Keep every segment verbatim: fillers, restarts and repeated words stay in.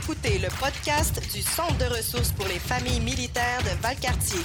écoutez le podcast du Centre de ressources pour les familles militaires de Valcartier.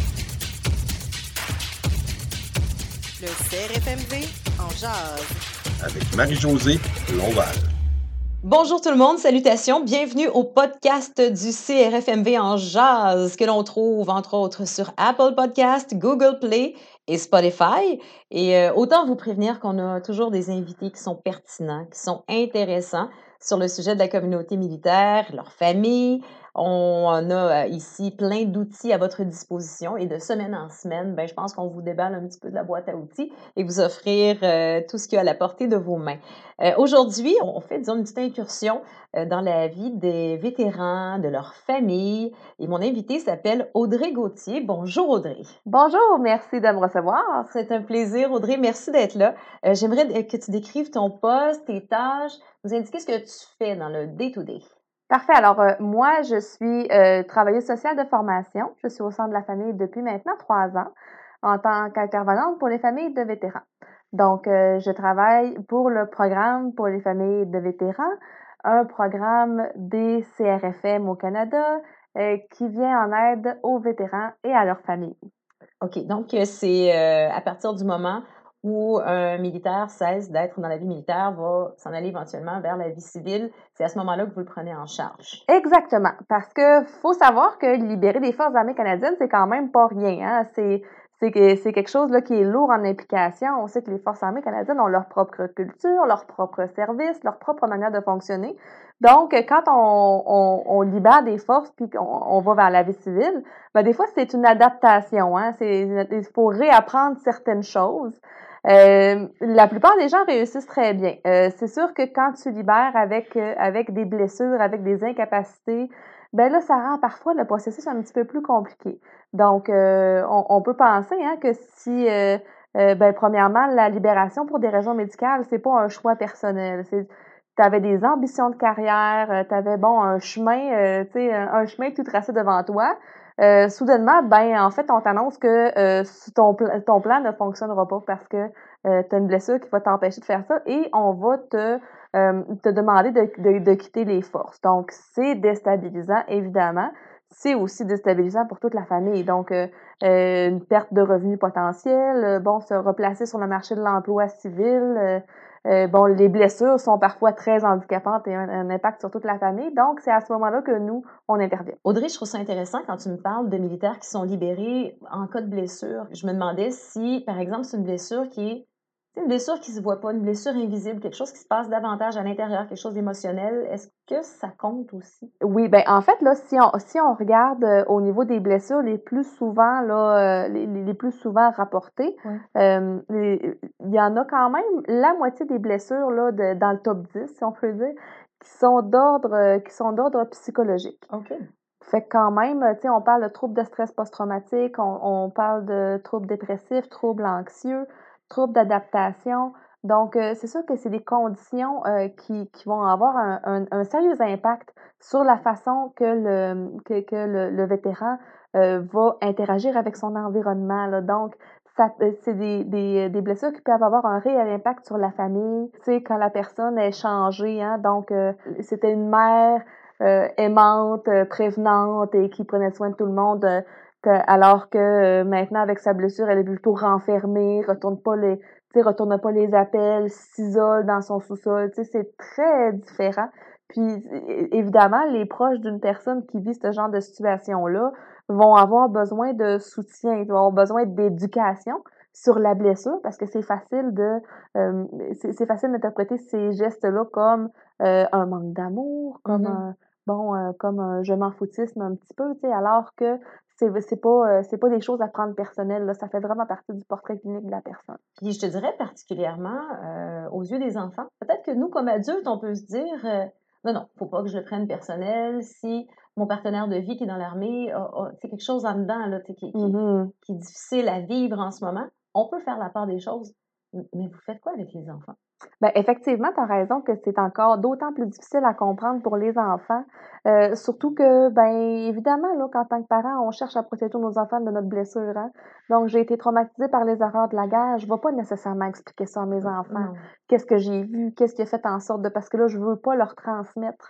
Le C R F M V en jase. Avec Marie-Josée Lonval. Bonjour tout le monde, salutations, bienvenue au podcast du C R F M V en jase que l'on trouve entre autres sur Apple Podcast, Google Play et Spotify. Et euh, autant vous prévenir qu'on a toujours des invités qui sont pertinents, qui sont intéressants sur le sujet de la communauté militaire, leur famille. On a ici plein d'outils à votre disposition et de semaine en semaine, ben, je pense qu'on vous déballe un petit peu de la boîte à outils et vous offrir euh, tout ce qui est à la portée de vos mains. Euh, aujourd'hui, on fait disons, une petite incursion euh, dans la vie des vétérans, de leur famille. Et mon invitée s'appelle Audrey Gauthier. Bonjour Audrey. Bonjour, merci de me recevoir. C'est un plaisir Audrey, merci d'être là. Euh, j'aimerais que tu décrives ton poste, tes tâches, nous indiquer ce que tu fais dans le day-to-day. Parfait. Alors, euh, moi, je suis euh, travailleuse sociale de formation. Je suis au Centre de la famille depuis maintenant trois ans en tant qu'intervenante pour les familles de vétérans. Donc, euh, je travaille pour le programme pour les familles de vétérans, un programme des C R F M au Canada euh, qui vient en aide aux vétérans et à leurs familles. OK. Donc, c'est euh, à partir du moment où un militaire cesse d'être dans la vie militaire, va s'en aller éventuellement vers la vie civile. C'est à ce moment-là que vous le prenez en charge. Exactement. Parce que faut savoir que libérer des forces armées canadiennes, c'est quand même pas rien. Hein? C'est, c'est, que, c'est quelque chose là, qui est lourd en implication. On sait que les forces armées canadiennes ont leur propre culture, leur propre service, leur propre manière de fonctionner. Donc, quand on, on, on libère des forces puis qu'on on va vers la vie civile, ben des fois, c'est une adaptation. Hein? C'est, il faut réapprendre certaines choses. Euh, la plupart des gens réussissent très bien. Euh, c'est sûr que quand tu libères avec, euh, avec des blessures, avec des incapacités, ben là, ça rend parfois le processus un petit peu plus compliqué. Donc, euh, on, on peut penser hein, que si, euh, euh, ben, premièrement, la libération pour des raisons médicales, c'est pas un choix personnel. C'est, t'avais des ambitions de carrière, tu avais, bon, un chemin, euh, tu sais, un, un chemin tout tracé devant toi. Euh, soudainement, ben en fait, on t'annonce que euh, ton, pl- ton plan ne fonctionnera pas parce que euh, tu as une blessure qui va t'empêcher de faire ça et on va te, euh, te demander de, de, de quitter les forces. Donc, c'est déstabilisant, évidemment. C'est aussi déstabilisant pour toute la famille. Donc, euh, euh, une perte de revenus potentiels, euh, bon, se replacer sur le marché de l'emploi civil, euh, Euh, bon, les blessures sont parfois très handicapantes et ont un, un impact sur toute la famille. Donc, c'est à ce moment-là que nous, on intervient. Audrey, je trouve ça intéressant quand tu me parles de militaires qui sont libérés en cas de blessure. Je me demandais si, par exemple, c'est une blessure qui est une blessure qui ne se voit pas, une blessure invisible, quelque chose qui se passe davantage à l'intérieur, quelque chose d'émotionnel. Est-ce que ça compte aussi? Oui, ben en fait, là, si on, si on regarde euh, au niveau des blessures les plus souvent, là, euh, les, les plus souvent rapportées, Ouais. euh, les- il y en a quand même la moitié des blessures là, de, dans le top dix, si on peut dire, qui sont d'ordre, euh, qui sont d'ordre psychologique. OK. Fait que quand même, tu sais, on parle de troubles de stress post-traumatique, on, on parle de troubles dépressifs, troubles anxieux, troubles d'adaptation. Donc, euh, c'est sûr que c'est des conditions euh, qui, qui vont avoir un, un, un sérieux impact sur la façon que le, que, que le, le vétéran euh, va interagir avec son environnement, là. Donc, ça, euh, c'est des, des, des blessures qui peuvent avoir un réel impact sur la famille. Tu sais, quand la personne est changée, hein, donc euh, c'était une mère euh, aimante, euh, prévenante et qui prenait soin de tout le monde, euh, que, alors que euh, maintenant, avec sa blessure, elle est plutôt renfermée, retourne pas les, tu sais, retourne pas les appels, s'isole dans son sous-sol. Tu sais, c'est très différent. Puis, é- évidemment, les proches d'une personne qui vit ce genre de situation-là vont avoir besoin de soutien, ils vont avoir besoin d'éducation sur la blessure parce que c'est facile de euh, c'est, c'est facile d'interpréter ces gestes-là comme euh, un manque d'amour, comme Mhm. un bon euh, comme un je m'en foutisme un petit peu, tu sais, alors que c'est c'est pas euh, c'est pas des choses à prendre personnelles, là, ça fait vraiment partie du portrait clinique de la personne. Puis je te dirais particulièrement euh, aux yeux des enfants. Peut-être que nous, comme adultes, on peut se dire euh, non, non, faut pas que je le prenne personnel. Si mon partenaire de vie qui est dans l'armée a, a tu sais, quelque chose en dedans là, tu sais, qui, qui, Mhm. qui est difficile à vivre en ce moment, on peut faire la part des choses. M- Mais vous faites quoi avec les enfants? Ben, effectivement, tu as raison que c'est encore d'autant plus difficile à comprendre pour les enfants. Euh, surtout que, ben, évidemment, là, qu'en tant que parent, on cherche à protéger nos enfants de notre blessure, hein. Donc, j'ai été traumatisée par les horreurs de la guerre. Je ne vais pas nécessairement expliquer ça à mes enfants. Non. Qu'est-ce que j'ai vu? Qu'est-ce qui a fait en sorte de... Parce que là, je veux pas leur transmettre,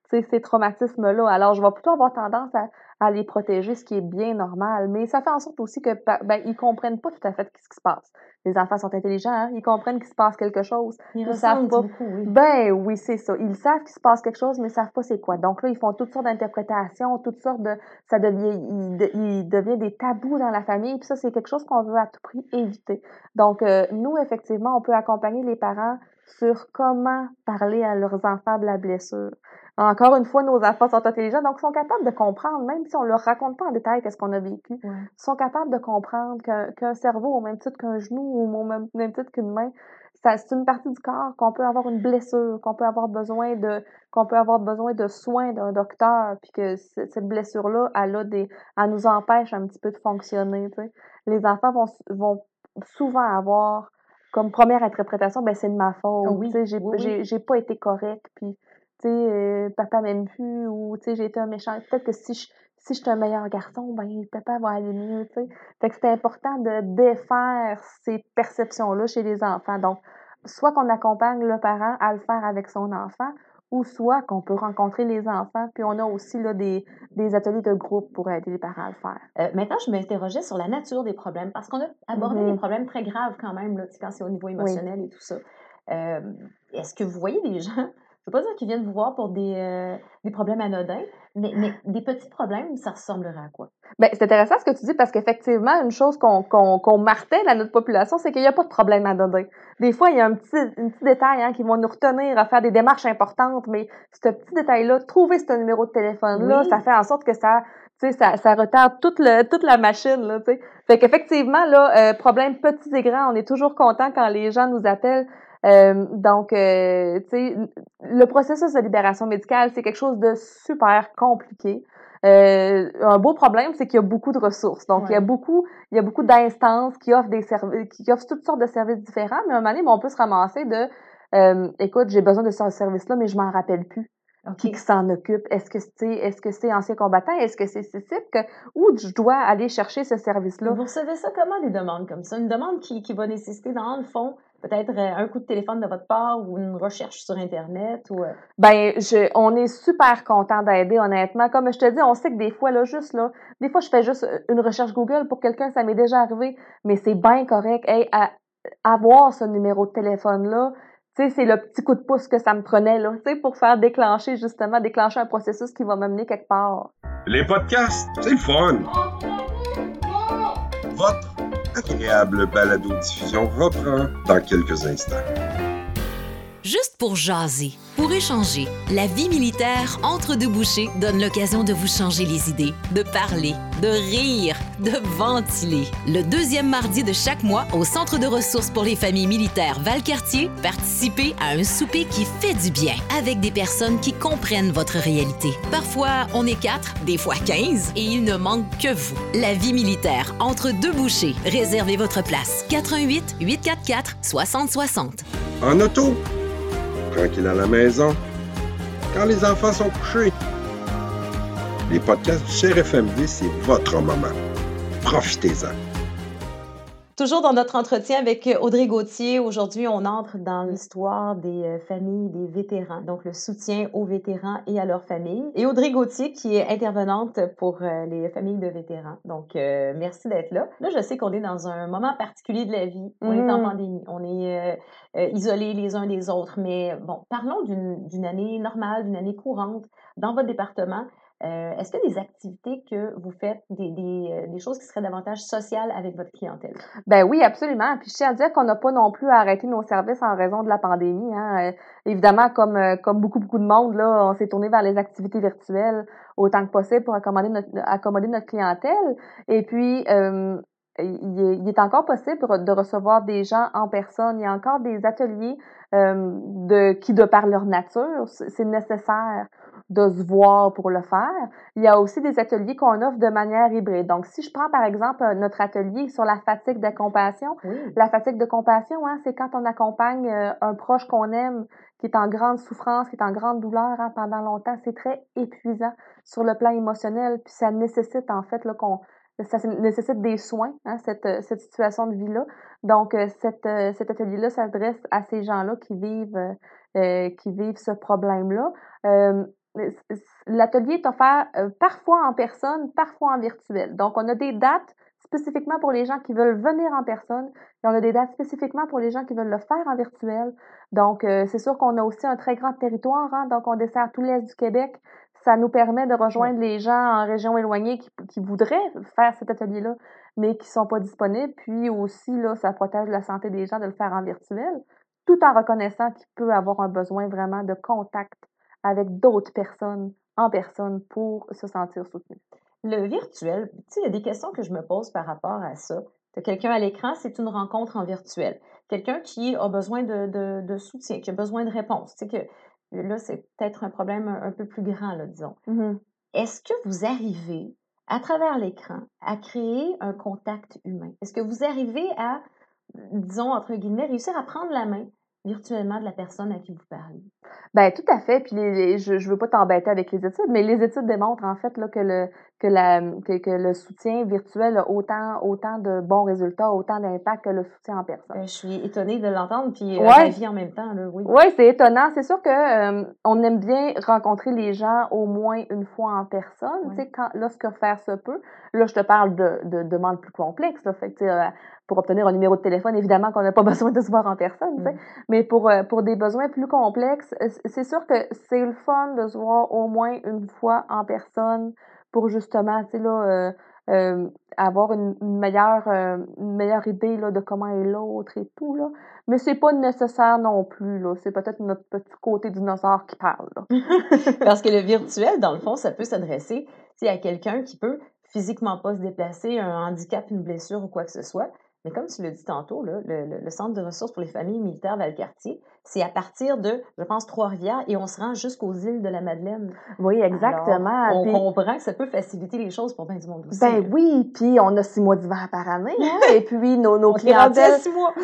tu sais, ces traumatismes-là. Alors, je vais plutôt avoir tendance à à les protéger, ce qui est bien normal, mais ça fait en sorte aussi que pa ben, ils comprennent pas tout à fait ce qui se passe. Les enfants sont intelligents, hein, ils comprennent qu'il se passe quelque chose. Ils Ils savent ressentent pas beaucoup, oui. ben oui, c'est ça. Ils savent qu'il se passe quelque chose, mais ils savent pas c'est quoi. Donc là, ils font toutes sortes d'interprétations, toutes sortes de ça devient il de il devient des tabous dans la famille, puis ça, c'est quelque chose qu'on veut à tout prix éviter. Donc heu, nous, effectivement, on peut accompagner les parents sur comment parler à leurs enfants de la blessure. Encore une fois, nos enfants sont intelligents, donc ils sont capables de comprendre, même si on leur raconte pas en détail qu'est-ce qu'on a vécu. Ouais. Ils sont capables de comprendre qu'un qu'un cerveau, au même titre qu'un genou ou au même même titre qu'une main, ça c'est une partie du corps, qu'on peut avoir une blessure, qu'on peut avoir besoin de qu'on peut avoir besoin de soins d'un docteur, puis que c cette blessure-là, elle a des elle nous empêche un petit peu de fonctionner, tu sais. Les enfants vont s vont souvent avoir comme première interprétation, ben c'est de ma Oh faute, tu oui, sais, j'ai oui, oui. j'ai j'ai pas été correct, puis tu sais, heu, papa m'aime plus ou tu sais, j'ai été un méchant. Peut-être que si je si j'étais un meilleur garçon, ben papa va aller mieux, tu sais. Fait que c'est important de défaire ces perceptions-là chez les enfants. Donc, soit qu'on accompagne le parent à le faire avec son enfant ou soit qu'on peut rencontrer les enfants. Puis on a aussi là des des ateliers de groupe pour aider les parents à le faire. Euh, maintenant, je m'interrogeais sur la nature des problèmes parce qu'on a abordé des Mmh problèmes très graves quand même, là, tu sais, quand c'est au niveau Oui. émotionnel et tout ça. Euh, Est-ce que vous voyez des gens, je ne veux pas dire qu'ils viennent vous voir pour des, euh, des problèmes anodins, mais, mais des petits problèmes, ça ressemblerait à quoi? Ben, c'est intéressant ce que tu dis parce qu'effectivement, une chose qu'on qu'on qu'on martèle à notre population, c'est qu'il y a pas de problème anodin. Des fois, il y a un petit un petit détail, hein, qui va nous retenir à faire des démarches importantes, mais ce petit détail-là, trouver ce numéro de téléphone-là, ça Oui, fait en sorte que ça, tu sais, ça ça retarde toute le toute la machine, là, tu sais. Fait qu'effectivement, là, heu, problèmes petits et grands, on est toujours content quand les gens nous appellent. Hem, donc, heu, tu sais, le processus de libération médicale, c'est quelque chose de super compliqué. Heu, un beau problème, c'est qu'il y a beaucoup de ressources. Donc, il y a ouais. beaucoup il y a beaucoup d'instances qui offrent des services qui offrent toutes sortes de services différents, mais à un moment donné, ben, on peut se ramasser de, hem: «Écoute, j'ai besoin de ce service-là, mais je m'en rappelle plus. Qui qui OK. s'en occupe? Est-ce que c'est est-ce que c'est ancien combattant? Est-ce que c'est ceci? Que où je dois aller chercher ce service-là?» Vous recevez ça comment, des demandes comme ça? Une demande qui, qui va nécessiter, dans le fond, peut-être euh, un coup de téléphone de votre part ou une recherche sur Internet ou... euh, Ben, je on est super content d'aider, honnêtement. Comme je te dis, on sait que des fois, là, juste là, des fois, je fais juste euh, une recherche Google pour quelqu'un, ça m'est déjà arrivé, mais c'est bien correct. Hey, à- avoir ce numéro de téléphone-là, tu sais, c'est le petit coup de pouce que ça me prenait, là, tu sais, pour faire déclencher, justement, déclencher un processus qui va m'amener quelque part. Les podcasts, c'est le fun. Votre agréable balado-diffusion reprend dans quelques instants. Juste pour jaser, pour échanger, la vie militaire entre deux bouchées donne l'occasion de vous changer les idées, de parler, de rire, de ventiler. Le deuxième mardi de chaque mois, au Centre de ressources pour les familles militaires Valcartier, participez à un souper qui fait du bien, avec des personnes qui comprennent votre réalité. Parfois, on est quatre, des fois quinze, et il ne manque que vous. La vie militaire entre deux bouchées. Réservez votre place. quatre un huit, huit quatre quatre, six zéro six zéro. En auto, tranquille à la maison, quand les enfants sont couchés. Les podcasts du C R F M V, c'est votre moment. Profitez-en. Toujours dans notre entretien avec euh, Audrey Gauthier, aujourd'hui, on entre dans l'histoire des euh, familles des vétérans, donc le soutien aux vétérans et à leurs familles. Et Audrey Gauthier, qui est intervenante pour euh, les familles de vétérans. Donc, euh, merci d'être là. Là, je sais qu'on est dans un moment particulier de la vie. On est en Mhm. pandémie. On est euh, euh, isolés les uns des autres. Mais bon, parlons d'une d'une année normale, d'une année courante dans votre département. Euh, est-ce qu'il y a des activités que vous faites, des, des, euh, des choses qui seraient davantage sociales avec votre clientèle? Ben oui, absolument. Puis je tiens à dire qu'on n'a pas non plus arrêté nos services en raison de la pandémie, hein. Euh, évidemment, comme, euh, comme beaucoup, beaucoup de monde, là, on s'est tourné vers les activités virtuelles autant que possible pour accommoder notre, accommoder notre clientèle. Et puis, euh, il est, il est encore possible de recevoir des gens en personne. Il y a encore des ateliers euh, de, qui, de par leur nature, c'est c'est nécessaire de se voir pour le faire. Il y a aussi des ateliers qu'on offre de manière hybride. Donc, si je prends par exemple euh, notre atelier sur la fatigue de compassion, Oui. la fatigue de compassion, hein, c'est quand on accompagne euh, un proche qu'on aime, qui est en grande souffrance, qui est en grande douleur hein, pendant longtemps. C'est très épuisant sur le plan émotionnel, puis ça nécessite en fait là, qu'on ça nécessite des soins, hein, cette, euh, cette situation de vie-là. Donc, euh, cette, euh, cet atelier-là s'adresse à ces gens-là qui vivent, euh, euh, qui vivent ce problème-là. Euh, l'atelier est offert euh, parfois en personne, parfois en virtuel. Donc, on a des dates spécifiquement pour les gens qui veulent venir en personne et on a des dates spécifiquement pour les gens qui veulent le faire en virtuel. Donc, euh, c'est sûr qu'on a aussi un très grand territoire, hein, donc on dessert tout l'Est du Québec. Ça nous permet de rejoindre les gens en région éloignée qui, qui voudraient faire cet atelier-là, mais qui ne sont pas disponibles. Puis aussi, là, ça protège la santé des gens de le faire en virtuel, tout en reconnaissant qu'il peut avoir un besoin vraiment de contact avec d'autres personnes en personne pour se sentir soutenu. Le virtuel, tu sais, il y a des questions que je me pose par rapport à ça. Tu as quelqu'un à l'écran, c'est une rencontre en virtuel. Quelqu'un qui a besoin de, de, de soutien, qui a besoin de réponse. Tu sais que là, c'est peut-être un problème un, un peu plus grand, là, disons. Mm-hmm. Est-ce que vous arrivez, à travers l'écran, à créer un contact humain? Est-ce que vous arrivez à, disons, entre guillemets, réussir à prendre la main virtuellement de la personne à qui vous parlez? Ben tout à fait. Puis les, les- je ne veux pas t'embêter avec les études, mais les études démontrent en fait là, que le que la que, que le soutien virtuel a autant autant de bons résultats, autant d'impact que le soutien en personne. Ben, je suis étonnée de l'entendre, puis euh, Ouais. ravie en même temps, là, oui. Oui, c'est étonnant. C'est sûr que euh, on aime bien rencontrer les gens au moins une fois en personne, Ouais. tu sais, quand lorsque faire se peut. Là, je te parle de, de demandes plus complexes, là, fait que, tu sais, euh, pour obtenir un numéro de téléphone, évidemment qu'on n'a pas besoin de se voir en personne, tu sais. Mm. Mais pour euh, pour des besoins plus complexes, euh, c'est sûr que c'est le fun de se voir au moins une fois en personne pour justement, tu sais là. Euh, euh, avoir une, une meilleure euh, une meilleure idée là, de comment est l'autre et tout là. Mais c'est pas nécessaire non plus, là. C'est peut-être notre petit côté dinosaure qui parle, là. Parce que le virtuel, dans le fond, ça peut s'adresser, tu sais, à quelqu'un qui peut physiquement pas se déplacer, un handicap, une blessure ou quoi que ce soit. Mais comme tu l'as dit tantôt, là, le, le- le Centre de ressources pour les familles militaires Valcartier, c'est à partir de, je pense, Trois-Rivières et on se rend jusqu'aux îles de la Madeleine. Oui, exactement. Alors, on Puis, comprend que ça peut faciliter les choses pour bien du monde aussi. ben là. oui, puis on a six mois d'hiver par année, hein, et puis nos, nos On s'est rendu à clientèles... six mois.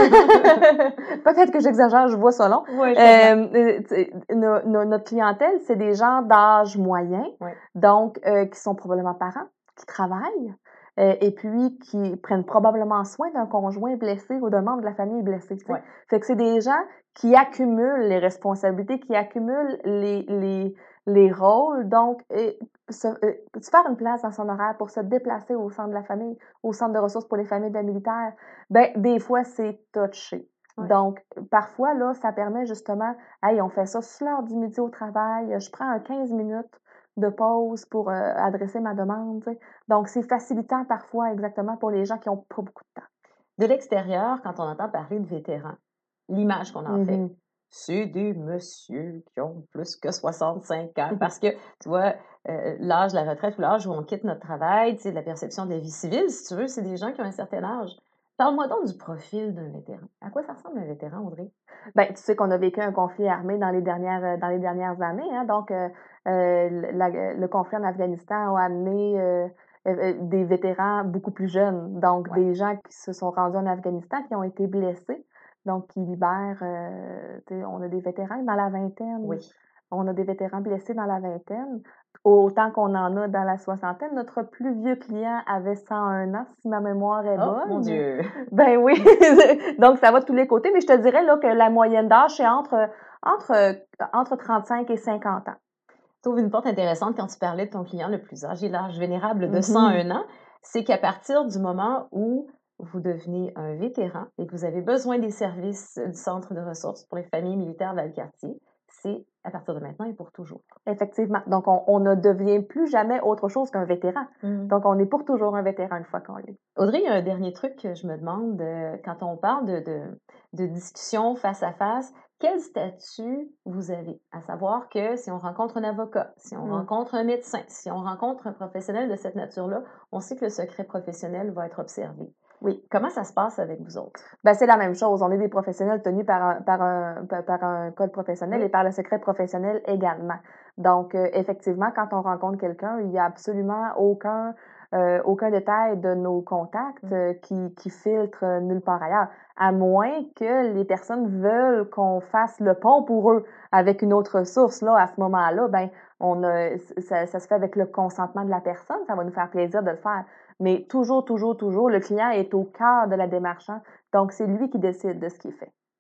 Peut-être que j'exagère, je vois ça long. Ouais, je comprends. Euh, euh, tu sais, no- no- notre clientèle, c'est des gens d'âge moyen, Ouais. donc euh, qui sont probablement parents, qui travaillent, euh, et puis qui prennent probablement soin d'un conjoint blessé ou d'un membre de la famille blessé. Tu sais. Ouais. Fait que c'est des gens qui accumulent les responsabilités, qui accumulent les, les, les rôles, donc et, se, euh, se faire une place dans son horaire pour se déplacer au centre de la famille, au centre de ressources pour les familles de militaires, ben des fois c'est touché. Ouais. Donc, parfois, là, ça permet justement, hey, on fait ça sur l'heure du midi au travail, je prends un quinze minutes de pause pour euh, adresser ma demande. Tu sais. Donc, c'est facilitant parfois, exactement, pour les gens qui n'ont pas beaucoup de temps. De l'extérieur, quand on entend parler de vétérans, l'image qu'on en fait, Mhm. c'est des messieurs qui ont plus que soixante-cinq ans. Parce que, tu vois, euh, l'âge de la retraite ou l'âge où on quitte notre travail, tu sais, la perception de la vie civile, si tu veux, c'est des gens qui ont un certain âge. Parle-moi donc du profil d'un vétéran. À quoi ça ressemble un vétéran, Audrey? Ben, tu sais qu'on a vécu un conflit armé dans les dernières, euh, dans les dernières années. Hein, donc, euh, euh, la- le conflit en Afghanistan a amené euh, euh, euh, des vétérans beaucoup plus jeunes. Donc, Ouais. des gens qui se sont rendus en Afghanistan, qui ont été blessés, donc qui libèrent. Euh, tu sais, on a des vétérans dans la vingtaine. Oui. On a des vétérans blessés dans la vingtaine. Autant qu'on en a dans la soixantaine. Notre plus vieux client avait cent un ans, si ma mémoire est Oh, bonne. mon Dieu! Ben oui, donc ça va de tous les côtés, mais je te dirais là, que la moyenne d'âge, c'est entre, entre, entre trente-cinq et cinquante ans. Je trouve une porte intéressante quand tu parlais de ton client le plus âgé, l'âge vénérable de Mhm. cent un ans, c'est qu'à partir du moment où vous devenez un vétéran et que vous avez besoin des services du Centre de ressources pour les familles militaires Valcartier, c'est à partir de maintenant et pour toujours. Effectivement. Donc, on, on ne devient plus jamais autre chose qu'un vétéran. Mm. Donc, on est pour toujours un vétéran une fois qu'on l'est. Audrey, il y a un dernier truc que je me demande euh, quand on parle de, de, de discussion face à face. Quel statut vous avez? À savoir que si on rencontre un avocat, si on Mm. rencontre un médecin, si on rencontre un professionnel de cette nature-là, on sait que le secret professionnel va être observé. Oui. Comment ça se passe avec vous autres? Ben, c'est la même chose. On est des professionnels tenus par un, par un, par, par un code professionnel Oui. et par le secret professionnel également. Donc, euh, effectivement, quand on rencontre quelqu'un, il n'y a absolument aucun, euh, aucun détail de nos contacts euh, qui, qui filtre euh, nulle part ailleurs, à moins que les personnes veulent qu'on fasse le pont pour eux avec une autre source. Là, à ce moment-là, ben, on a, ça, ça se fait avec le consentement de la personne. Ça va nous faire plaisir de le faire. Mais toujours, toujours, toujours, le client est au cœur de la démarche. Hein. Donc, c'est lui qui décide de ce qu'il fait.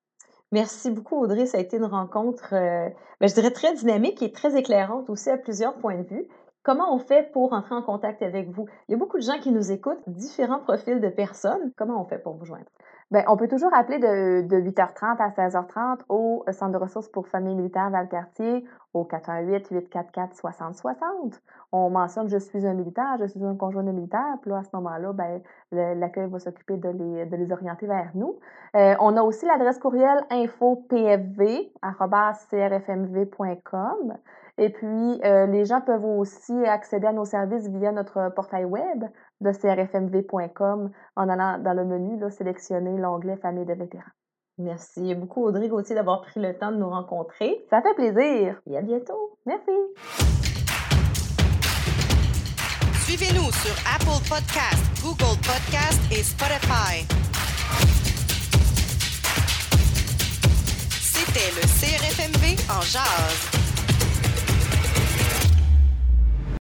Merci beaucoup, Audrey. Ça a été une rencontre, euh, ben, je dirais très dynamique et très éclairante aussi à plusieurs points de vue. Comment on fait pour entrer en contact avec vous? Il y a beaucoup de gens qui nous écoutent, différents profils de personnes. Comment on fait pour vous joindre? Bien, on peut toujours appeler de, de huit heures trente à seize heures trente au Centre de ressources pour familles militaires Valcartier au quatre un huit, huit quatre quatre, six zéro six zéro. On mentionne « Je suis un militaire, je suis un conjoint de militaire », puis là, à ce moment-là, ben, le- l'accueil va s'occuper de les, de les orienter vers nous. Euh, on a aussi l'adresse courriel info p f v arobase c r f m v point com. Et puis, euh, les gens peuvent aussi accéder à nos services via notre portail web de c r f m v point com en allant dans le menu, là, sélectionner l'onglet Famille de vétérans. Merci beaucoup, Audrey Gauthier, d'avoir pris le temps de nous rencontrer. Ça fait plaisir. Et à bientôt. Merci. Suivez-nous sur Apple Podcast, Google Podcast et Spotify. C'était le C R F M V en jazz.